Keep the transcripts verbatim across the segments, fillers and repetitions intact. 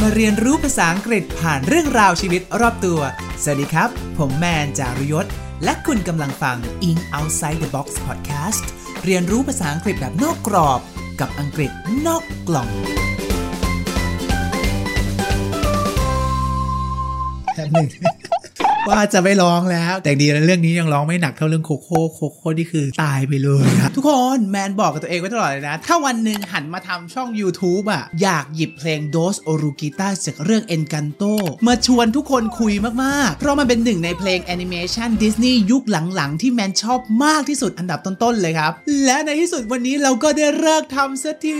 มาเรียนรู้ภาษาอังกฤษผ่านเรื่องราวชีวิตรอบตัวสวัสดีครับผมแมนจารุยศและคุณกำลังฟัง In Outside the Box Podcast เรียนรู้ภาษาอังกฤษแบบนอกกรอบกับอังกฤษนอกกล่องแป๊บนึง ว่าจะไม่ร้องแล้วแต่ดีแล้วเรื่องนี้ยังร้องไม่หนักเท่าเรื่องโคโค่โคโค่นี่คือตายไปเลยครับทุกคนแมนบอกกับตัวเองไว้ตลอดเลยนะถ้าวันหนึ่งหันมาทำช่อง YouTube อ่ะอยากหยิบเพลง Dos Oruguitas จากเรื่อง Encanto มาชวนทุกคนคุยมากๆเพราะมันเป็นหนึ่งในเพลงแอนิเมชันดิสนีย์ยุคหลังๆที่แมนชอบมากที่สุดอันดับต้นๆเลยครับและในที่สุดวันนี้เราก็ได้เลิกทำสักที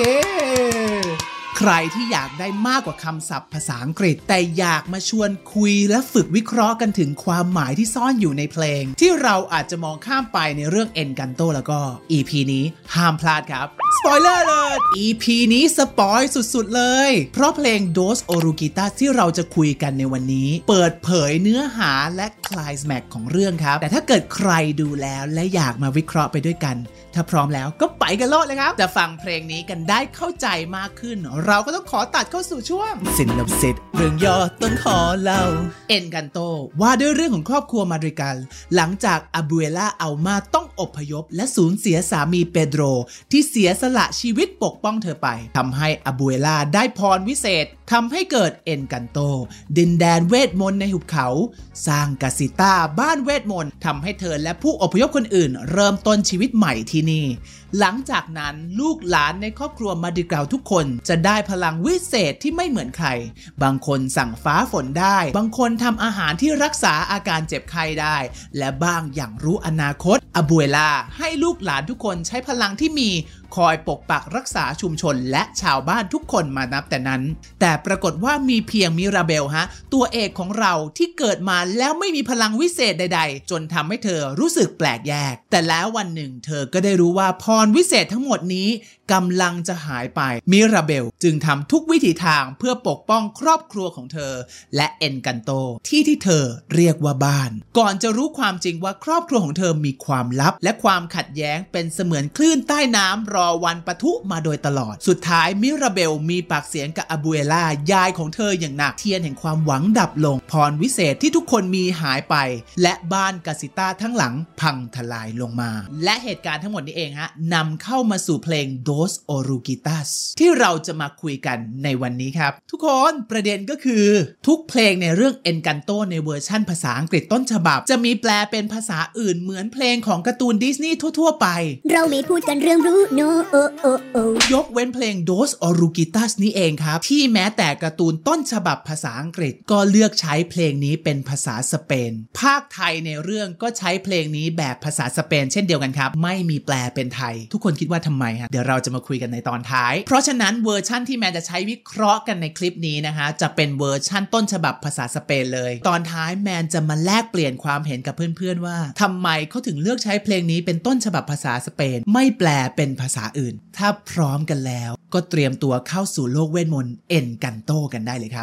ใครที่อยากได้มากกว่าคำศัพท์ภาษาอังกฤษแต่อยากมาชวนคุยและฝึกวิเคราะห์กันถึงความหมายที่ซ่อนอยู่ในเพลงที่เราอาจจะมองข้ามไปในเรื่อง Encanto แล้วก็ อี พี นี้ห้ามพลาดครับสปอยเลอร์เลย อี พี นี้สปอยสุดๆเลยเพราะเพลง Dos Oruguitas ที่เราจะคุยกันในวันนี้เปิดเผยเนื้อหาและไคลแม็กซ์ของเรื่องครับแต่ถ้าเกิดใครดูแล้วและอยากมาวิเคราะห์ไปด้วยกันถ้าพร้อมแล้วก็ไปกันโลดเลยครับจะฟังเพลงนี้กันได้เข้าใจมากขึ้นเราก็ต้องขอตัดเข้าสู่ช่วงสินบสิทธิ์เรื่องย่อต้องขอเล่า Encanto ว่าด้วยเรื่องของครอบครัวมาดริกัลหลังจากอาบูเอล่าอัลมาต้องอพยพและสูญเสียสามีเปโดรที่เสียสละชีวิตปกป้องเธอไปทำให้อาบูเอล่าได้พรวิเศษทำให้เกิด Encanto ดินแดนเวทมนต์ในหุบเขาสร้างกาซิต้าบ้านเวทมนต์ทำให้เธอและผู้อพยพคนอื่นเริ่มต้นชีวิตใหม่ที่นี่หลังจากนั้นลูกหลานในครอบครัวมาดริกัลทุกคนจะได้พลังวิเศษที่ไม่เหมือนใครบางคนสั่งฟ้าฝนได้บางคนทำอาหารที่รักษาอาการเจ็บไข้ได้และบ้างอย่างรู้อนาคตอาบูเอล่าให้ลูกหลานทุกคนใช้พลังที่มีคอยปกปักรักษาชุมชนและชาวบ้านทุกคนมานับแต่นั้นแต่ปรากฏว่ามีเพียงมิราเบลฮะตัวเอกของเราที่เกิดมาแล้วไม่มีพลังวิเศษใดๆจนทำให้เธอรู้สึกแปลกแยกแต่แล้ววันหนึ่งเธอก็ได้รู้ว่าพรวิเศษทั้งหมดนี้กำลังจะหายไปมิราเบลจึงทำทุกวิถีทางเพื่อปกป้องครอบครัวของเธอและเอนกันโตที่ที่เธอเรียกว่าบ้านก่อนจะรู้ความจริงว่าครอบครัวของเธอมีความลับและความขัดแย้งเป็นเสมือนคลื่นใต้น้ำรอวันปะทุมาโดยตลอดสุดท้ายมิราเบลมีปากเสียงกับอาบูเอล่ายายของเธออย่างหนักเทียนแห่งความหวังดับลงพรวิเศษที่ทุกคนมีหายไปและบ้านกาซิต้าทั้งหลังพังทลายลงมาและเหตุการณ์ทั้งหมดนี้เองฮะนำเข้ามาสู่เพลง Dos Oruguitas ที่เราจะมาคุยกันในวันนี้ครับทุกคนประเด็นก็คือทุกเพลงในเรื่อง Encanto ในเวอร์ชั่นภาษาอังกฤษต้นฉบับจะมีแปลเป็นภาษาอื่นเหมือนเพลงของการ์ตูนดิสนีย์ทั่วๆไปเราไม่พูดกันเรื่องรู้ no โอโอโอยกเว้นเพลง Dos Oruguitas นี้เองครับที่แม้แต่การ์ตูนต้นฉบับภาษาอังกฤษก็เลือกใช้เพลงนี้เป็นภาษาสเปนภาคไทยในเรื่องก็ใช้เพลงนี้แบบภาษาสเปนเช่นเดียวกันครับไม่มีแปลเป็นไทยทุกคนคิดว่าทำไมฮะเดี๋ยวเราจะมาคุยกันในตอนท้ายเพราะฉะนั้นเวอร์ชั่นที่แมนจะใช้วิเคราะห์กันในคลิปนี้นะคะจะเป็นเวอร์ชั่นต้นฉบับภาษาสเปนเลยตอนท้ายแมนจะมาแลกเปลี่ยนความเห็นกับเพื่อนๆว่าทำไมเขาถึงเลือกใช้เพลงนี้เป็นต้นฉบับภาษาสเปนไม่แปลเป็นภาษาอื่นถ้าพร้อมกันแล้วก็เตรียมตัวเข้าสู่โลกเวทมนต์เอนกันโตกันได้เลยครับ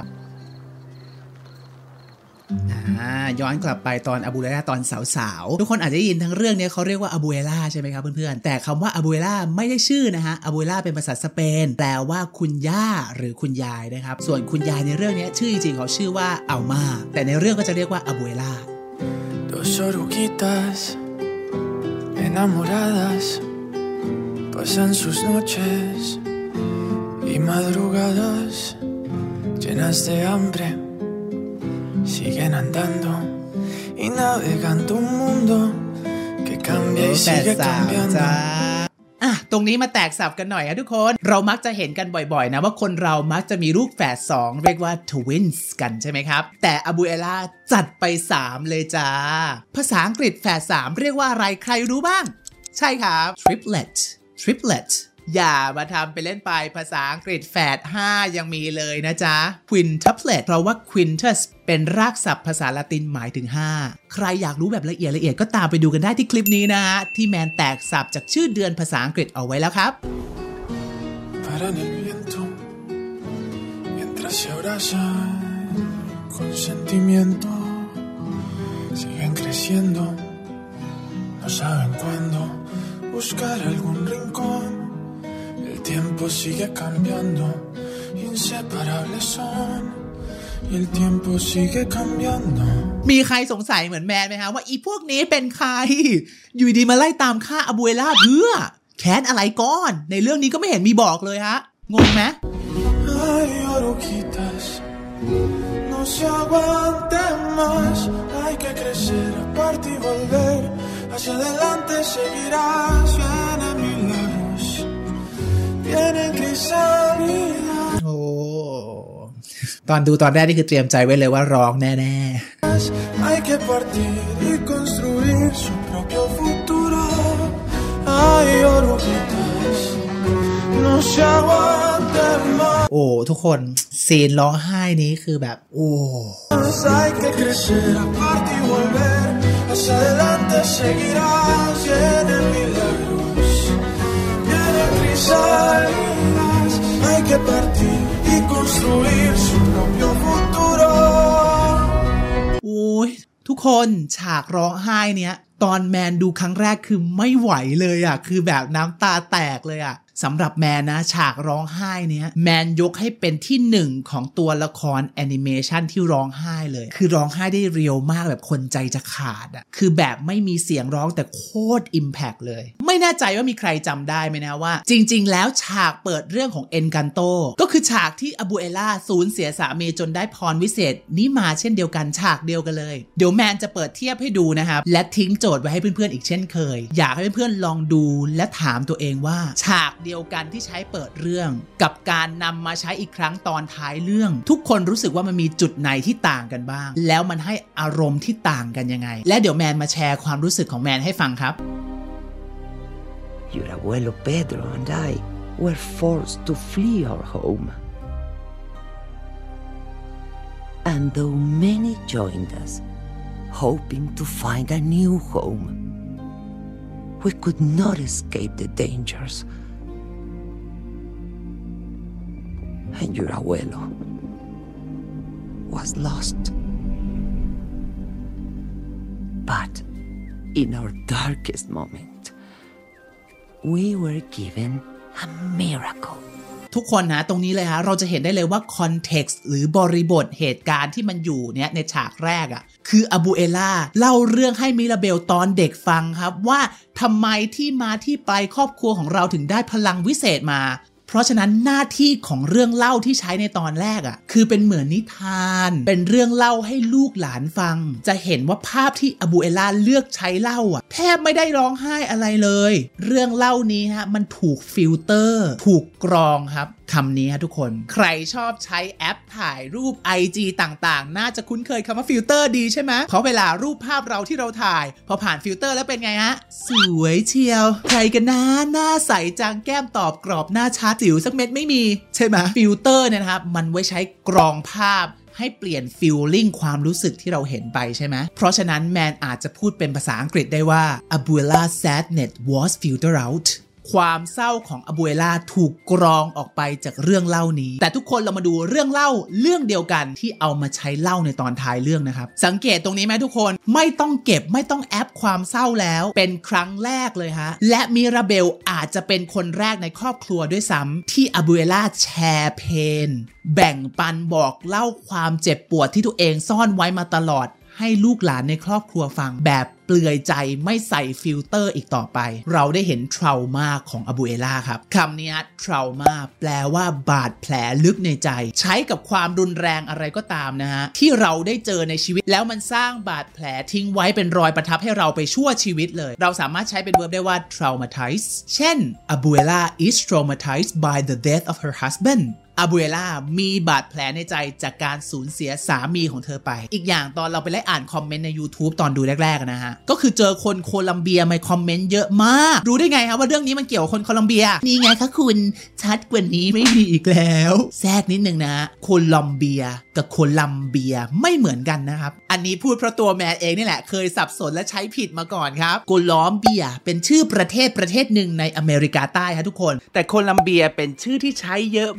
อ่าย้อนกลับไปตอนอาบูเอล่าตอนสาวๆทุกคนอาจจะได้ยินทั้งเรื่องนี้เขาเรียกว่าอาบูเอล่าใช่ไหมครับเพื่อนๆแต่คำว่าอาบูเอล่าไม่ได้ชื่อนะฮะอาบูเอล่าเป็นภาษาสเปนแปลว่าคุณย่าหรือคุณยายนะครับส่วนคุณยายในเรื่องนี้ชื่อจริงๆเขาชื่อว่าอัลมาแต่ในเรื่องก็จะเรียกว่าอาบูเอล่า Dos oruguitas enamoradas pasan sus noches y madrugadas llenas de hambre siguen andando y navegando un mundo que cambia y sigue cambiando อ่ะตรงนี้มาแตกสับกันหน่อยนะทุกคนเรามักจะเห็นกันบ่อยๆนะว่าคนเรามักจะมีลูกแฝดสองเรียกว่า twins กันใช่ไหมครับแต่อาบูเอล่าจัดไปสามเลยจ้าภาษาอังกฤษแฝดสามเรียกว่าอะไรใครรู้บ้างใช่ครับ triplet triplet อย่ามาทำไปเล่นไปภาษาอังกฤษแฝดห้ายังมีเลยนะจ๊ะ quintuplet เพราะว่า quintus เป็นรากศัพท์ภาษาละตินหมายถึงห้าใครอยากรู้แบบละเอียดละเอียดก็ตามไปดูกันได้ที่คลิปนี้นะฮะที่แมนแตกศัพท์จากชื่อเดือนภาษาอังกฤษเอาไว้แล้วครับ Paran el viento mientras se abrazan con sentimiento siguen creciendo no saben cuándo buscar algún rincón el tiempo sigue cambiando y en inseparables son y el tiempo sigue cambiando มีใครสงสัยเหมือนแมนไหมฮะว่าอีพวกนี้เป็นใครอยู่ดีมาไล่ตามฆ่าอาบูเอล่าเพื่อแค้นอะไรก่อนในเรื่องนี้ก็ไม่เห็นมีบอกเลยฮะงงไหม Ay, oruguitas no se aguanten más hay que crecer aparte y volver hacia adelante seguirás vienen milagros vienen crisalidas โอ้ตอนดูตอนแรกนี่คือเตรียมใจไว้เลยว่าร้องแน่ๆ Hay que partir y construir su propio futuro Ay, oruguitas no se aguanten más โอ้ทุกคนซีนร้องไห้นี้คือแบบโอ้ Hay que crecer aparte y volver hacia adelante seguirás vienen milagros vienen crisalidas Hay que partir y construir su propio futuro โอ้ยทุกคนฉากร้องไห้เนี้ยตอนแมนดูครั้งแรกคือไม่ไหวเลยอ่ะคือแบบน้ำตาแตกเลยอ่ะสำหรับแมนนะฉากร้องไห้เนี้ยแมนยกให้เป็นที่หนึ่งของตัวละครแอนิเมชันที่ร้องไห้เลยคือร้องไห้ได้เรียวมากแบบคนใจจะขาดอ่ะคือแบบไม่มีเสียงร้องแต่โคตรอิมแพคเลยไม่แน่ใจว่ามีใครจำได้ไหมนะว่าจริงๆแล้วฉากเปิดเรื่องของเอ็นกันโตก็คือฉากที่อาบูเอล่าสูญเสียสามีจนได้พรวิเศษนี้มาเช่นเดียวกันฉากเดียวกันเลยเดี๋ยวแมนจะเปิดเทียบให้ดูนะครับและทิ้งโจทย์ไว้ให้เพื่อนๆอีกเช่นเคยอยากให้เพื่อนๆลองดูและถามตัวเองว่าฉากเดียวกันที่ใช้เปิดเรื่องกับการนำมาใช้อีกครั้งตอนท้ายเรื่องทุกคนรู้สึกว่ามันมีจุดไหนที่ต่างกันบ้างแล้วมันให้อารมณ์ที่ต่างกันยังไงและเดี๋ยวแมนมาแชร์ความรู้สึกของแมนให้ฟังครับ Your abuelo Pedro and I were forced to flee our home and though many joined us hoping to find a new home we could not escape the dangers and your abuelo was lost. But in our darkest moment, we were given a miracle. ทุกคนนะตรงนี้เลยฮะเราจะเห็นได้เลยว่าคอนเท็กซ์หรือบริบทเหตุการณ์ที่มันอยู่เนี่ยในฉากแรกอะ่ะคืออาบูเอล่าเล่าเรื่องให้มิราเบลตอนเด็กฟังครับว่าทำไมที่มาที่ไปครอบครัวของเราถึงได้พลังวิเศษมาเพราะฉะนั้นหน้าที่ของเรื่องเล่าที่ใช้ในตอนแรกอ่ะคือเป็นเหมือนนิทานเป็นเรื่องเล่าให้ลูกหลานฟังจะเห็นว่าภาพที่อาบูเอล่าเลือกใช้เล่าอ่ะแทบไม่ได้ร้องไห้อะไรเลยเรื่องเล่านี้ฮะมันถูกฟิลเตอร์ถูกกรองครับคำนี้ฮะทุกคนใครชอบใช้แอปถ่ายรูป ไอ จี ต่างๆน่าจะคุ้นเคยคำว่าฟิลเตอร์ดีใช่ไหมเพราะเวลารูปภาพเราที่เราถ่ายพอผ่านฟิลเตอร์แล้วเป็นไงฮะสวยเชียวใครกันนะหน้าใสจางแก้มตอบกรอบหน้าชัดสิวสักเม็ดไม่มีใช่ไหมฟิลเตอร์เนี่ยนะครับมันไว้ใช้กรองภาพให้เปลี่ยนฟีลลิ่งความรู้สึกที่เราเห็นไปใช่ไหมเพราะฉะนั้นแมนอาจจะพูดเป็นภาษาอังกฤษได้ว่า Abuela's sadness was filtered outความเศร้าของอาบูเอล่าถูกกรองออกไปจากเรื่องเล่านี้แต่ทุกคนเรามาดูเรื่องเล่าเรื่องเดียวกันที่เอามาใช้เล่าในตอนท้ายเรื่องนะครับสังเกตตรงนี้ไหมทุกคนไม่ต้องเก็บไม่ต้องแอปความเศร้าแล้วเป็นครั้งแรกเลยฮะและมิราเบลอาจจะเป็นคนแรกในครอบครัวด้วยซ้ำที่อาบูเอล่าแชร์เพนแบ่งปันบอกเล่าความเจ็บปวดที่ตัวเองซ่อนไว้มาตลอดให้ลูกหลานในครอบครัวฟังแบบเปลือยใจไม่ใส่ฟิลเตอร์อีกต่อไปเราได้เห็นทรามาของอาบูเอล่าครับคำนี้ทรามาแปลว่าบาดแผลลึกในใจใช้กับความรุนแรงอะไรก็ตามนะฮะที่เราได้เจอในชีวิตแล้วมันสร้างบาดแผลทิ้งไว้เป็นรอยประทับให้เราไปชั่วชีวิตเลยเราสามารถใช้เป็น verb ได้ว่า traumatize เช่น Abuela is traumatized by the death of her husbandอาบูเอล่ามีบาดแผลในใจจากการสูญเสียสามีของเธอไปอีกอย่างตอนเราไปไล่อ่านคอมเมนต์ใน YouTube ตอนดูแรกๆนะฮะก็คือเจอคนโคลัมเบียมาคอมเมนต์เยอะมากรู้ได้ไงครับว่าเรื่องนี้มันเกี่ยวกับคนโคลัมเบียนี่ไงคะคุณชัดกว่านี้ไม่มีอีกแล้วแทรกนิดนึงนะโคลัมเบียกับโคลัมเบียไม่เหมือนกันนะครับอันนี้พูดเพราะตัวแมนเองนี่แหละเคยสับสนและใช้ผิดมาก่อนครับโคลัมเบียเป็นชื่อประเทศประเทศหนึ่งในอเมริกาใต้ครับทุกคนแต่โคลัมเบียเป็นชื่อที่ใช้เยอะมากครับ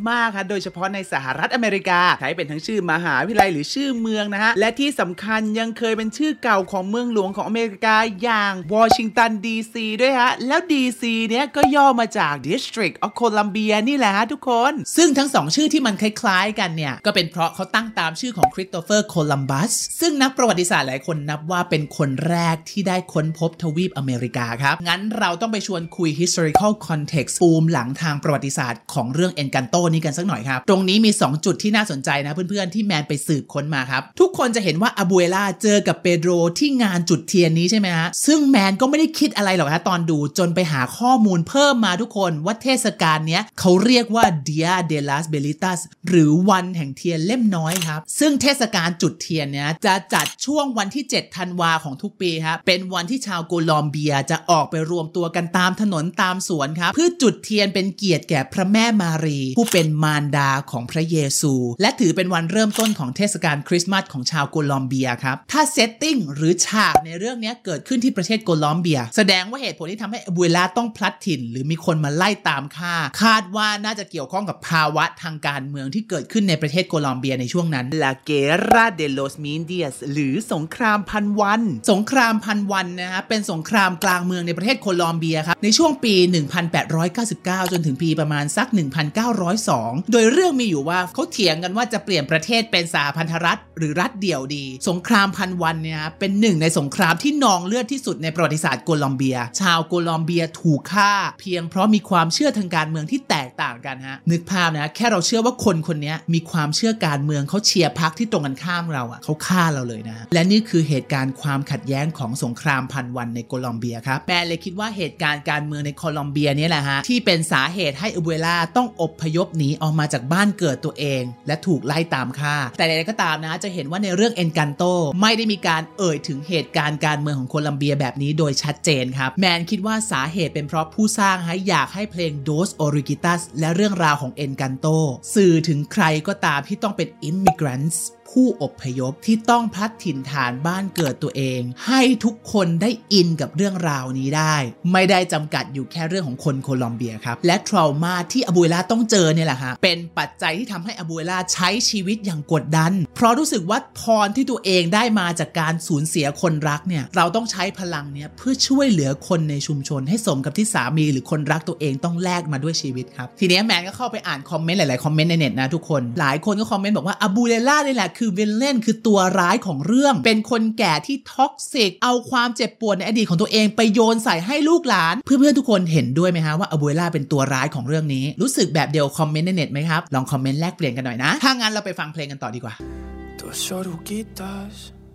โดยเฉพาะในสหรัฐอเมริกาใช้เป็นทั้งชื่อมหาวิทยาลัยหรือชื่อเมืองนะฮะและที่สำคัญยังเคยเป็นชื่อเก่าของเมืองหลวงของอเมริกาอย่างวอชิงตันดีซีด้วยฮะแล้ว ดี ซี เนี้ยก็ย่อมาจาก District of Columbia นี่แหละฮะทุกคนซึ่งทั้งสองชื่อที่มันคล้ายๆกันเนี่ยก็เป็นเพราะเขาตั้งตามชื่อของคริสโตเฟอร์โคลัมบัสซึ่งนักประวัติศาสตร์หลายคนนับว่าเป็นคนแรกที่ได้ค้นพบทวีปอเมริกาครับงั้นเราต้องไปชวนคุย historical context ปูมหลังทางประวัติศาสตร์ของเรื่อง Encanto นี้กันสักหน่อยครับตรงนี้มีสองจุดที่น่าสนใจนะเพื่อนๆที่แมนไปสืบค้นมาครับทุกคนจะเห็นว่าอาบูเอล่าเจอกับเปโดรที่งานจุดเทียนนี้ใช่ไหมฮะซึ่งแมนก็ไม่ได้คิดอะไรหรอกฮะตอนดูจนไปหาข้อมูลเพิ่มมาทุกคนว่าเทศกาลเนี้ยเขาเรียกว่า Dia de las Velitas หรือวันแห่งเทียนเล่มน้อยครับซึ่งเทศกาลจุดเทียนเนี้ยจะจัดช่วงวันที่เจ็ดธันวาของทุกปีครับเป็นวันที่ชาวโคลอมเบียจะออกไปรวมตัวกันตามถนนตามสวนครับเพื่อจุดเทียนเป็นเกียรติแก่พระแม่มารีผู้เป็นมารดาของพระเยซูและถือเป็นวันเริ่มต้นของเทศกาลคริสต์มาสของชาวโคลอมเบียครับถ้าเซตติ้งหรือฉากในเรื่องนี้เกิดขึ้นที่ประเทศโคลอมเบียแสดงว่าเหตุผลที่ทำให้อาบูเอล่าต้องพลัดถิ่นหรือมีคนมาไล่ตามฆ่าคาดว่าน่าจะเกี่ยวข้องกับภาวะทางการเมืองที่เกิดขึ้นในประเทศโคลอมเบียในช่วงนั้น La Guerra de los Mil Días หรือสงครามพันวันสงครามพันวันนะฮะเป็นสงครามกลางเมืองในประเทศโคลอมเบียครับในช่วงปีหนึ่งพันแปดร้อยเก้าสิบเก้าจนถึงปีประมาณสักหนึ่งพันเก้าร้อยสองโดยเรื่องมีอยู่ว่าเขาเถียงกันว่าจะเปลี่ยนประเทศเป็นสหพันธรัฐหรือรัฐเดี่ยวดีสงครามพันวันเนี่ยเป็นหนึ่งในสงครามที่นองเลือดที่สุดในประวัติศาสตร์โคลอมเบียชาวโคลอมเบียถูกฆ่าเพียงเพราะมีความเชื่อทางการเมืองที่แตกต่างกันฮะนึกภาพนะแค่เราเชื่อว่าคนคนนี้มีความเชื่อการเมืองเขาเชียร์พรรคที่ตรงกันข้ามเราอ่ะเขาฆ่าเราเลยนะและนี่คือเหตุการณ์ความขัดแย้งของสงครามพันวันในโคลอมเบียครับแปลเลยคิดว่าเหตุการณ์การเมืองในโคลอมเบียนี่แหละฮะที่เป็นสาเหตุให้อาบูเอล่าต้องอพยพหนีออกมาจากบ้านเกิดตัวเองและถูกไล่ตามฆ่าแต่ใดๆก็ตามนะจะเห็นว่าในเรื่อง Encanto ไม่ได้มีการเอ่ยถึงเหตุการณ์การเมืองของโคลอมเบียแบบนี้โดยชัดเจนครับแมนคิดว่าสาเหตุเป็นเพราะผู้สร้างให้อยากให้เพลง Dos Oruguitas และเรื่องราวของ Encanto สื่อถึงใครก็ตามที่ต้องเป็น immigrants ผู้อพยพที่ต้องพลัดถิ่นฐานบ้านเกิดตัวเองให้ทุกคนได้อินกับเรื่องราวนี้ได้ไม่ได้จำกัดอยู่แค่เรื่องของคนโคลอมเบียครับและทรามาที่อาบูเอล่าต้องเจอเนี่ยแหละฮะเป็นปัจจัยที่ทำให้อาบูเอล่าใช้ชีวิตอย่างกดดันเพราะรู้สึกว่าพรที่ตัวเองได้มาจากการสูญเสียคนรักเนี่ยเราต้องใช้พลังเนี่ยเพื่อช่วยเหลือคนในชุมชนให้สมกับที่สามีหรือคนรักตัวเองต้องแลกมาด้วยชีวิตครับทีนี้แมนก็เข้าไปอ่านคอมเมนต์หลายๆคอมเมนต์ในเน็ตนะทุกคนหลายคนก็คอมเมนต์บอกว่าอาบูเอล่านี่แหละคือวิลเลนคือตัวร้ายของเรื่องเป็นคนแก่ที่ท็อกซิกเอาความเจ็บปวดในอดีตของตัวเองไปโยนใส่ให้ลูกหลานเพื่อนๆทุกคนเห็นด้วยไหมฮะว่าอาบูเอล่าเป็นตัวร้ายของเรื่องนี้รู้สึกแบบเดียวคอมเมนต์ในเน็ตไหมครับลองคอมเมนต์แลกเปลี่ยนกันหน่อยนะถ้างั้นเราไปฟังเพลงกันต่อดีกว่า Dos oruguitas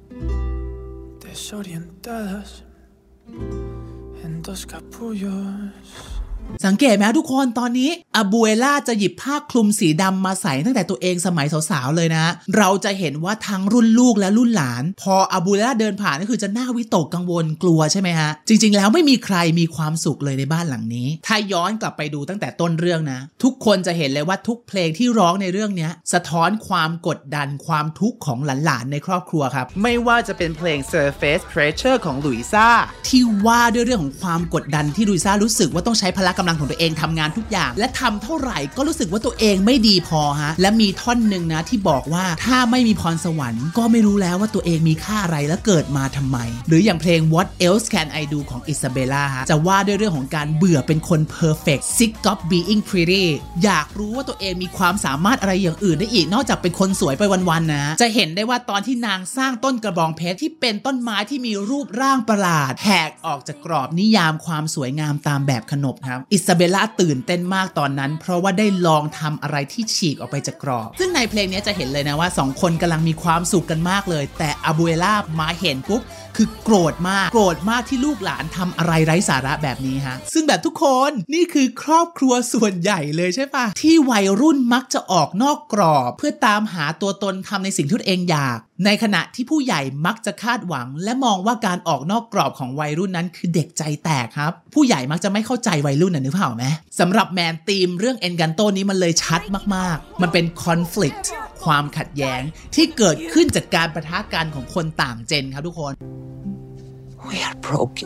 desorientadas en dos capullos สังเกตไหมทุกคนตอนนี้อาบูเอล่าจะหยิบผ้าคลุมสีดำมาใส่ตั้งแต่ตัวเองสมัยสาวๆเลยนะเราจะเห็นว่าทั้งรุ่นลูกและรุ่นหลานพออาบูเอล่าเดินผ่านก็คือจะน่าวิตกกังวลกลัวใช่ไหมฮะจริงๆแล้วไม่มีใครมีความสุขเลยในบ้านหลังนี้ถ้าย้อนกลับไปดูตั้งแต่ต้นเรื่องนะทุกคนจะเห็นเลยว่าทุกเพลงที่ร้องในเรื่องนี้สะท้อนความกดดันความทุกข์ของหลานๆในครอบครัวครับไม่ว่าจะเป็นเพลง Surface Pressure ของลุยซ่าที่ว่าด้วยเรื่องของความกดดันที่ลุยซ่ารู้สึกว่าต้องใช้พละกำลังของตัวเองทำงานทุกอย่างและทำเท่าไหร่ก็รู้สึกว่าตัวเองไม่ดีพอฮะและมีท่อนหนึ่งนะที่บอกว่าถ้าไม่มีพรสวรรค์ก็ไม่รู้แล้วว่าตัวเองมีค่าอะไรและเกิดมาทำไมหรืออย่างเพลง What Else Can I Do ของอิซาเบลล่าฮะจะว่าด้วยเรื่องของการเบื่อเป็นคน perfect sick of being pretty อยากรู้ว่าตัวเองมีความสามารถอะไรอย่างอื่นได้อีกนอกจากเป็นคนสวยไปวันๆนะจะเห็นได้ว่าตอนที่นางสร้างต้นกระบองเพชรที่เป็นต้นไม้ที่มีรูปร่างประหลาดแหกออกจากกรอบนิยามความสวยงามตามแบบขนบครับอิซาเบลล่าตื่นเต้นมากตอนนั้นเพราะว่าได้ลองทำอะไรที่ฉีกออกไปจากกรอบซึ่งในเพลงนี้จะเห็นเลยนะว่าสองคนกำลังมีความสุขกันมากเลยแต่อาบูเอล่ามาเห็นปุ๊บคือโกรธมากโกรธมากที่ลูกหลานทำอะไรไร้สาระแบบนี้ฮะซึ่งแบบทุกคนนี่คือครอบครัวส่วนใหญ่เลยใช่ปะที่วัยรุ่นมักจะออกนอกกรอบเพื่อตามหาตัวตนทำในสิ่งที่ตัวเองอยากในขณะที่ผู้ใหญ่มักจะคาดหวังและมองว่าการออกนอกกรอบของวัยรุ่นนั้นคือเด็กใจแตกครับผู้ใหญ่มักจะไม่เข้าใจวัยรุ่นน่ะนึกภาพไหมสำหรับแมนธีมเรื่อง Encanto นี้มันเลยชัดมากๆมันเป็น conflict ความขัดแย้งที่เกิดขึ้นจากการปะทะกันของคนต่างเจนครับทุกคน We are broken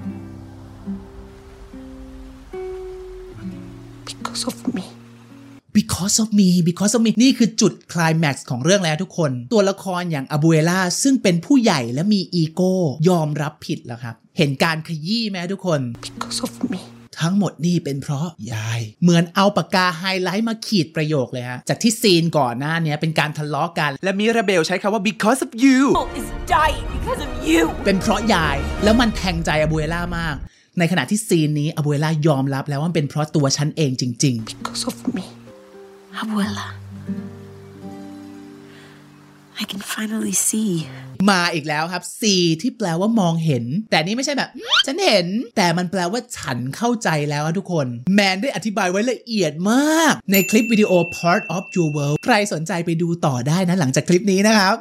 because of me because of me because of me นี่คือจุดไคลแม็กซ์ของเรื่องแล้วทุกคนตัวละครอย่างอาบูเอล่าซึ่งเป็นผู้ใหญ่และมีอีโก้ยอมรับผิดแล้วครับเห็นการขยี้ไหมทุกคน because of me ทั้งหมดนี่เป็นเพราะยายเหมือนเอาปากกาไฮไลท์มาขีดประโยคเลยฮะจากที่ซีนก่อนหน้านี้เป็นการทะเลาะกันและมิราเบลใช้คำว่า because of you is dying because of you เป็นเพราะยายแล้วมันแทงใจอาบูเอล่ามากในขณะที่ซีนนี้อาบูเอล่ายอมรับแล้วว่ามันเป็นเพราะตัวฉันเองจริงๆ because of me abuela I can finally see มาอีกแล้วครับ see ที่แปลว่ามองเห็นแต่นี่ไม่ใช่แบบฉันเห็นแต่มันแปลว่าฉันเข้าใจแล้วทุกคนแมนได้อธิบายไว้ละเอียดมากในคลิปวิดีโอ part of your world ใครสนใจไปดูต่อได้นะหลังจากคลิปนี้นะครับ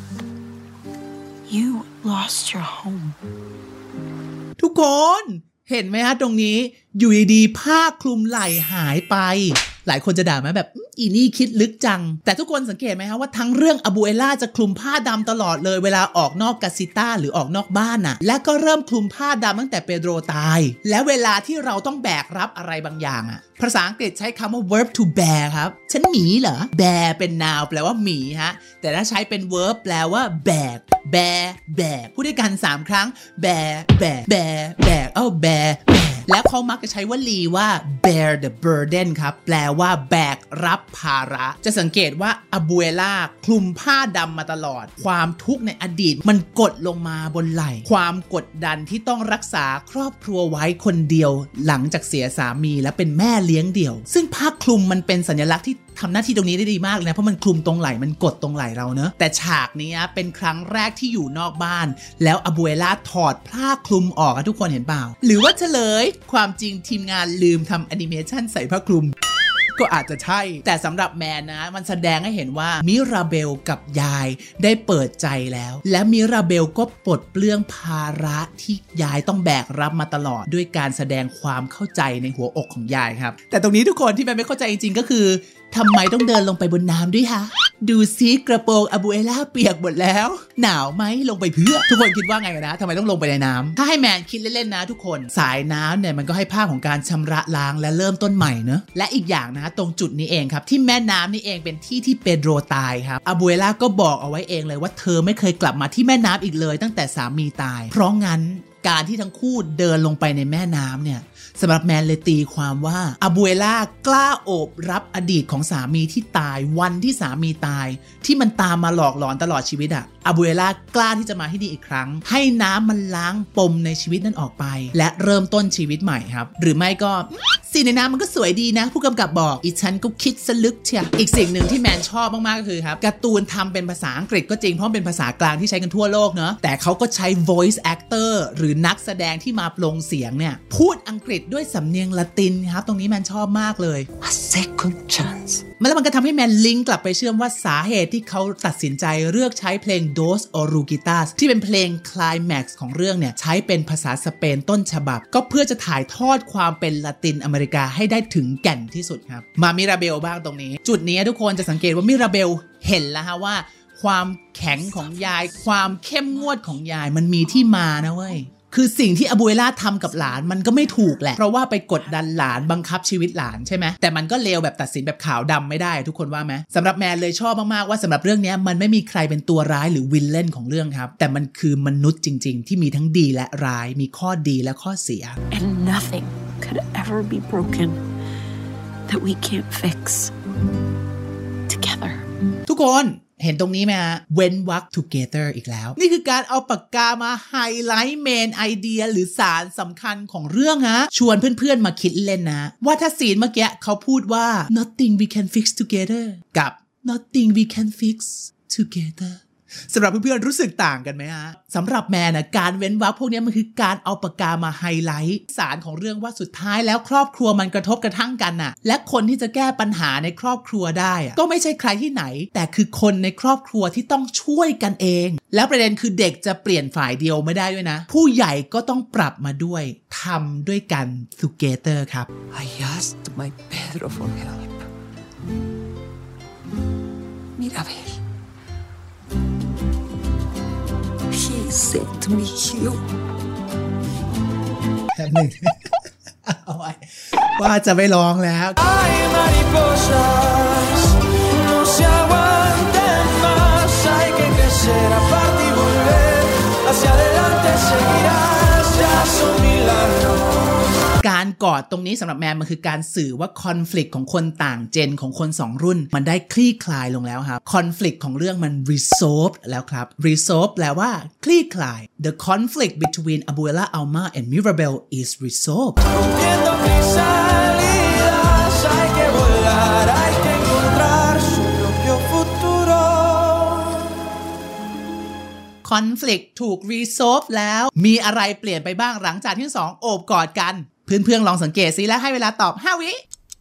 You lost your home ทุกคนเห็นไหมฮะตรงนี้อยู่ดีๆผ้าคลุมไหล่หายไปหลายคนจะด่าไหมแบบอีนี่คิดลึกจังแต่ทุกคนสังเกตไหมฮะว่าทั้งเรื่องอาบูเอล่าจะคลุมผ้าดำตลอดเลยเวลาออกนอกกาซิต้าหรือออกนอกบ้านน่ะและก็เริ่มคลุมผ้าดำตั้งแต่เปโดรตายและเวลาที่เราต้องแบกรับอะไรบางอย่างอ่ะภาษาอังกฤษใช้คำว่า verb to bear ครับฉันหมีเหรอ bear เป็น noun แปลว่าหมีฮะแต่ถ้าใช้เป็น verb แปลว่าแบก bear แบกพูดด้วยกันสามครั้ง bear แบก bear แบกเอ้า bear แบกแล้วเขามักจะใช้วลีว่า bear the burden ครับแปลว่าแบกรับภาระจะสังเกตว่าอาบูเอล่าคลุมผ้าดำมาตลอดความทุกข์ในอดีตมันกดลงมาบนไหล่ความกดดันที่ต้องรักษาครอบครัวไว้คนเดียวหลังจากเสียสามีและเป็นแม่เลี้ยงเดี่ยวซึ่งผ้าคลุมมันเป็นสัญลักษณ์ที่ทำหน้าที่ตรงนี้ได้ดีมากเลยนะเพราะมันคลุมตรงไหล่มันกดตรงไหล่เราเนอะแต่ฉากนี้เป็นครั้งแรกที่อยู่นอกบ้านแล้วอาบูเอล่าถอดผ้าคลุมออกทุกคนเห็นเปล่าหรือว่าเฉลยความจริงทีมงานลืมทำแอนิเมชันใส่ผ้าคลุมก็อาจจะใช่แต่สำหรับแมนนะมันแสดงให้เห็นว่ามิราเบลกับยายได้เปิดใจแล้วและมิราเบลก็ปลดเปลื้องภาระที่ยายต้องแบกรับมาตลอดด้วยการแสดงความเข้าใจในหัวอกของยายครับแต่ตรงนี้ทุกคนที่แมนไม่เข้าใจจริงๆก็คือทำไมต้องเดินลงไปบนน้ำด้วยคะดูซิกระโปรงอาบูเอล่าเปียกหมดแล้วหนาวไหมลงไปเพื่อทุกคนคิดว่าไงกันนะทำไมต้องลงไปในน้ำถ้าให้แมนคิดเล่นๆนะทุกคนสายน้ำเนี่ยมันก็ให้ภาพของการชำระล้างและเริ่มต้นใหม่เนอะและอีกอย่างนะตรงจุดนี้เองครับที่แม่น้ำนี่เองเป็นที่ที่เปโดรตายครับอาบูเอล่าก็บอกเอาไว้เองเลยว่าเธอไม่เคยกลับมาที่แม่น้ำอีกเลยตั้งแต่สามีตายเพราะงั้นการที่ทั้งคู่เดินลงไปในแม่น้ำเนี่ยสำหรับแมนเลยตีความว่าอาบูเอล่ากล้าโอบรับอดีตของสามีที่ตายวันที่สามีตายที่มันตามมาหลอกหลอนตลอดชีวิตอะอาบูเอล่ากล้าที่จะมาที่นี่อีกครั้งให้น้ำมันล้างปมในชีวิตนั้นออกไปและเริ่มต้นชีวิตใหม่ครับหรือไม่ก็สีในน้ำมันก็สวยดีนะผู้กำกับบอกอีฉันก็คิดสลึกเชียอีกสิ่งหนึ่งที่แมนชอบมากๆก็คือครับการ์ตูนทำเป็นภาษาอังกฤษก็จริงเพราะเป็นภาษากลางที่ใช้กันทั่วโลกเนอะแต่เขาก็ใช้ voice actor หรือนักแสดงที่มาปลงเสียงเนี่ยพูดอังกฤษด้วยสำเนียงละตินครับตรงนี้แมนชอบมากเลย A second chance แล้วมันก็ทำให้แมนลิงก์กลับไปเชื่อมว่าสาเหตุที่เขาตัดสินใจเลือกใช้เพลง Dos Oruguitas ที่เป็นเพลงไคลแม็กซ์ของเรื่องเนี่ยใช้เป็นภาษาสเปนต้นฉบับก็เพื่อจะถ่ายทอดความเป็นละตินอเมริกาให้ได้ถึงแก่นที่สุดครับมามิราเบลบ้างตรงนี้จุดนี้ทุกคนจะสังเกตว่ามิราเบลเห็นแล้วฮะว่าความแข็งของยายความเข้มงวดของยายมันมีที่มานะเว้ยคือสิ่งที่อาบูเอล่าทำกับหลานมันก็ไม่ถูกแหละเพราะว่าไปกดดันหลานบังคับชีวิตหลานใช่ไหมแต่มันก็เลวแบบตัดสินแบบขาวดำไม่ได้ทุกคนว่าไหมสำหรับแมนเลยชอบมากๆว่าสำหรับเรื่องนี้มันไม่มีใครเป็นตัวร้ายหรือวิลเลนของเรื่องครับแต่มันคือมนุษย์จริงๆที่มีทั้งดีและร้ายมีข้อดีและข้อเสีย And nothing could ever be broken that we can't fix together ทุกคนเห็นตรงนี้ไหมฮะเว้นวรรค together อีกแล้วนี่คือการเอาปากกามาไฮไลท์เมนไอเดียหรือสารสำคัญของเรื่องฮะชวนเพื่อนๆมาคิดเล่นนะว่าถ้าซีนเมื่อกี้เขาพูดว่า nothing we can fix together กับ nothing we can fix together สำหรับเพื่อนๆรู้สึกต่างกันไหมฮะสำหรับแมนนะการเว้นวรรคพวกนี้มันคือการเอาปากกามาไฮไลท์สารของเรื่องว่าสุดท้ายแล้วครอบครัวมันกระทบกระทั่งกันน่ะและคนที่จะแก้ปัญหาในครอบครัวได้ก็ไม่ใช่ใครที่ไหนแต่คือคนในครอบครัวที่ต้องช่วยกันเองแล้วประเด็นคือเด็กจะเปลี่ยนฝ่ายเดียวไม่ได้ด้วยนะผู้ใหญ่ก็ต้องปรับมาด้วยทำด้วยกัน together ครับ I asked my Pedro for help Mirabel He said to me you แป๊บนึงเอาไว้ว่าจะไม่ร้องแล้ว Ay, mariposas, no se aguanten más, hay que crecer, aparte y volver, hacia adelante seguirás, ya son milagros การกอดตรงนี้สำหรับแมนมันคือการสื่อว่าคอนฟลิกต์ของคนต่างเจนของคนสองรุ่นมันได้คลี่คลายลงแล้วครับคอนฟลิกต์ของเรื่องมัน resolve แล้วครับ resolve แปลว่าคลี่คลาย the conflict between Abuela Alma and Mirabel is resolved Rompiendo crisalidas, hay que volar, hay que encontrar su propio futuro conflict ถูก resolve แล้วมีอะไรเปลี่ยนไปบ้างหลังจากที่ทั้งสองโอบกอดกันเพื่อนๆลองสังเกตซิและให้เวลาตอบห้าวิ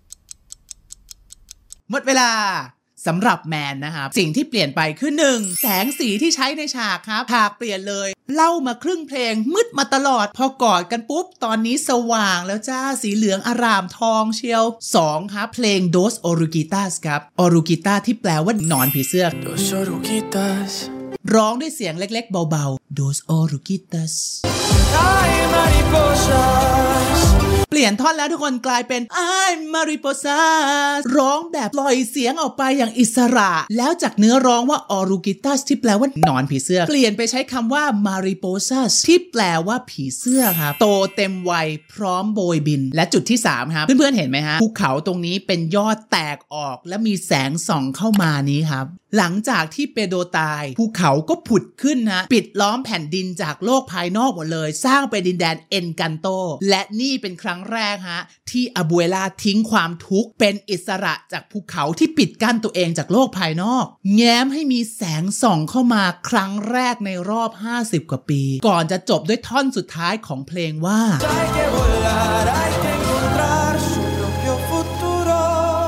หมดเวลาสำหรับแมนนะครับสิ่งที่เปลี่ยนไปคือหนึ่งแสงสีที่ใช้ในฉากครับฉากเปลี่ยนเลยเล่ามาครึ่งเพลงมืดมาตลอดพอกอดกันปุ๊บตอนนี้สว่างแล้วจ้าสีเหลืองอร่ามทองเชียวสองครับเพลง Dos Oruguitas ครับ Oruguita ที่แปลว่าหนอนผีเสื้อ Dos oruguitas ร้องด้วยเสียงเล็กๆเบาๆ Dos Oruguitas Ay, mariposas เปลี่ยนท่อนแล้วทุกคนกลายเป็น Ay mariposas ร้องแบบปล่อยเสียงออกไปอย่างอิสระแล้วจากเนื้อร้องว่า Oruguitas ที่แปลว่าหนอนผีเสื้อเปลี่ยนไปใช้คำว่า mariposas ที่แปลว่าผีเสื้อครับโตเต็มวัยพร้อมโบยบินและจุดที่สามครับเพื่อนๆเห็นไหมฮะภูเขาตรงนี้เป็นยอดแตกออกและมีแสงส่องเข้ามานี้ครับหลังจากที่เปโดตายภูเขาก็ผุดขึ้นนะปิดล้อมแผ่นดินจากโลกภายนอกหมดเลยสร้างเป็นดินแดนเอ็นกันโตและนี่เป็นครั้งแรกฮะที่อาบูเอล่าทิ้งความทุกข์เป็นอิสระจากภูเขาที่ปิดกั้นตัวเองจากโลกภายนอกแง้มให้มีแสงส่องเข้ามาครั้งแรกในรอบห้าสิบกว่าปีก่อนจะจบด้วยท่อนสุดท้ายของเพลงว่า Hay que volar, hay que encontrar su propio futuro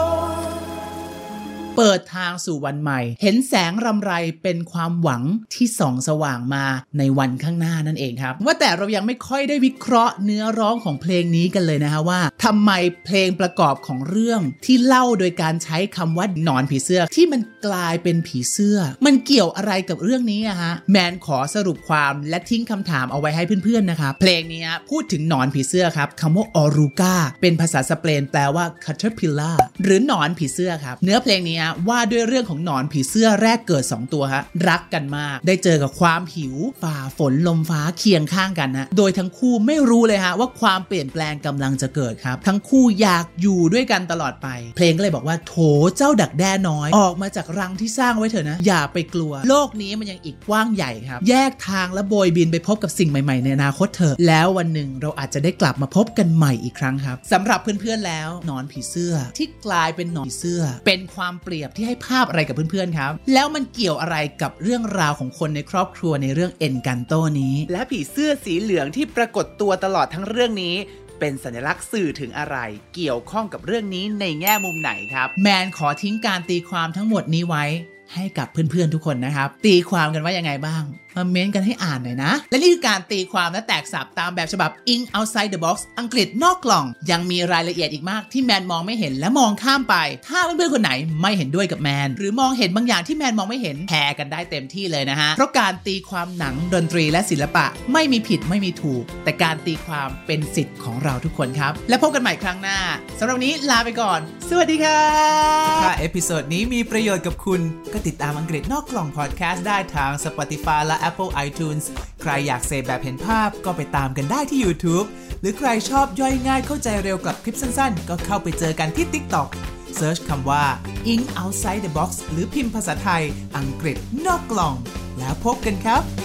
เปิดทางสู่วันใหม่เห็นแสงรำไรเป็นความหวังที่ส่องสว่างมาในวันข้างหน้านั่นเองครับว่าแต่เรายังไม่ค่อยได้วิเคราะห์เนื้อร้องของเพลงนี้กันเลยนะฮะว่าทำไมเพลงประกอบของเรื่องที่เล่าโดยการใช้คำว่าหนอนผีเสื้อที่มันกลายเป็นผีเสื้อมันเกี่ยวอะไรกับเรื่องนี้อะฮะแมนขอสรุปความและทิ้งคำถามเอาไว้ให้เพื่อนๆนะครับเพลงนี้พูดถึงหนอนผีเสื้อครับคำว่า Oruga เป็นภาษาสเปนแปลว่า caterpillar หรือหนอนผีเสื้อครับเนื้อเพลงนี้ว่าด้วยเรื่องของหนอนผีเสื้อแรกเกิดสองตัวฮะรักกันมากได้เจอกับความหิวฝ่าฝนลมฟ้าเคียงข้างกันนะโดยทั้งคู่ไม่รู้เลยฮะว่าความเปลี่ยนแปลงกำลังจะเกิดครับทั้งคู่อยากอยู่ด้วยกันตลอดไปเพลงก็เลยบอกว่าโถเจ้าดักแด้น้อยออกมาจากรังที่สร้างไว้เถอะนะอย่าไปกลัวโลกนี้มันยังอีกกว้างใหญ่ครับแยกทางและโบยบินไปพบกับสิ่งใหม่ๆในอนาคตเถอะแล้ววันหนึ่งเราอาจจะได้กลับมาพบกันใหม่อีกครั้งครับสำหรับเพื่อนๆแล้วหนอนผีเสื้อที่กลายเป็นหนอนผีเสื้อเป็นความเปรียบที่ให้ภาพอะไรกับเพื่อนๆครับแล้วมันเกี่ยวอะไรกับเรื่องราวของคนในครอบครัวในเรื่องเอ็นกันโตนี้และผีเสื้อสีเหลืองที่ปรากฏตัวตลอดทั้งเรื่องนี้เป็นสัญลักษณ์สื่อถึงอะไรเกี่ยวข้องกับเรื่องนี้ในแง่มุมไหนครับแมนขอทิ้งการตีความทั้งหมดนี้ไว้ให้กับเพื่อนๆทุกคนนะครับตีความกันว่ายังไงบ้างมาเม้นกันให้อ่านหน่อยนะและนี่คือการตีความและแตกสับตามแบบฉบับ Ink Outside the Box อังกฤษนอกกล่องยังมีรายละเอียดอีกมากที่แมนมองไม่เห็นและมองข้ามไปถ้าเพื่อนๆคนไหนไม่เห็นด้วยกับแมนหรือมองเห็นบางอย่างที่แมนมองไม่เห็นแชร์กันได้เต็มที่เลยนะฮะเพราะการตีความหนังดนตรีและศิลปะไม่มีผิดไม่มีถูกแต่การตีความเป็นสิทธิ์ของเราทุกคนครับและพบกันใหม่ครั้งหน้าสำหรับวันนี้ลาไปก่อนสวัสดีครับถ้าเอพิโซดนี้มีประโยชน์กับคุณก็ติดตามอังกฤษนอกกล่องพอดแคสต์ได้ทาง Spotify และ Apple iTunes ใครอยากเสพแบบเห็นภาพก็ไปตามกันได้ที่ YouTube หรือใครชอบย่อยง่ายเข้าใจเร็วกับคลิปสั้นๆก็เข้าไปเจอกันที่ TikTok เซิร์ชคำว่า Ink Outside the Box หรือพิมพ์ภาษาไทยอังกฤษนอกกล่องแล้วพบกันครับ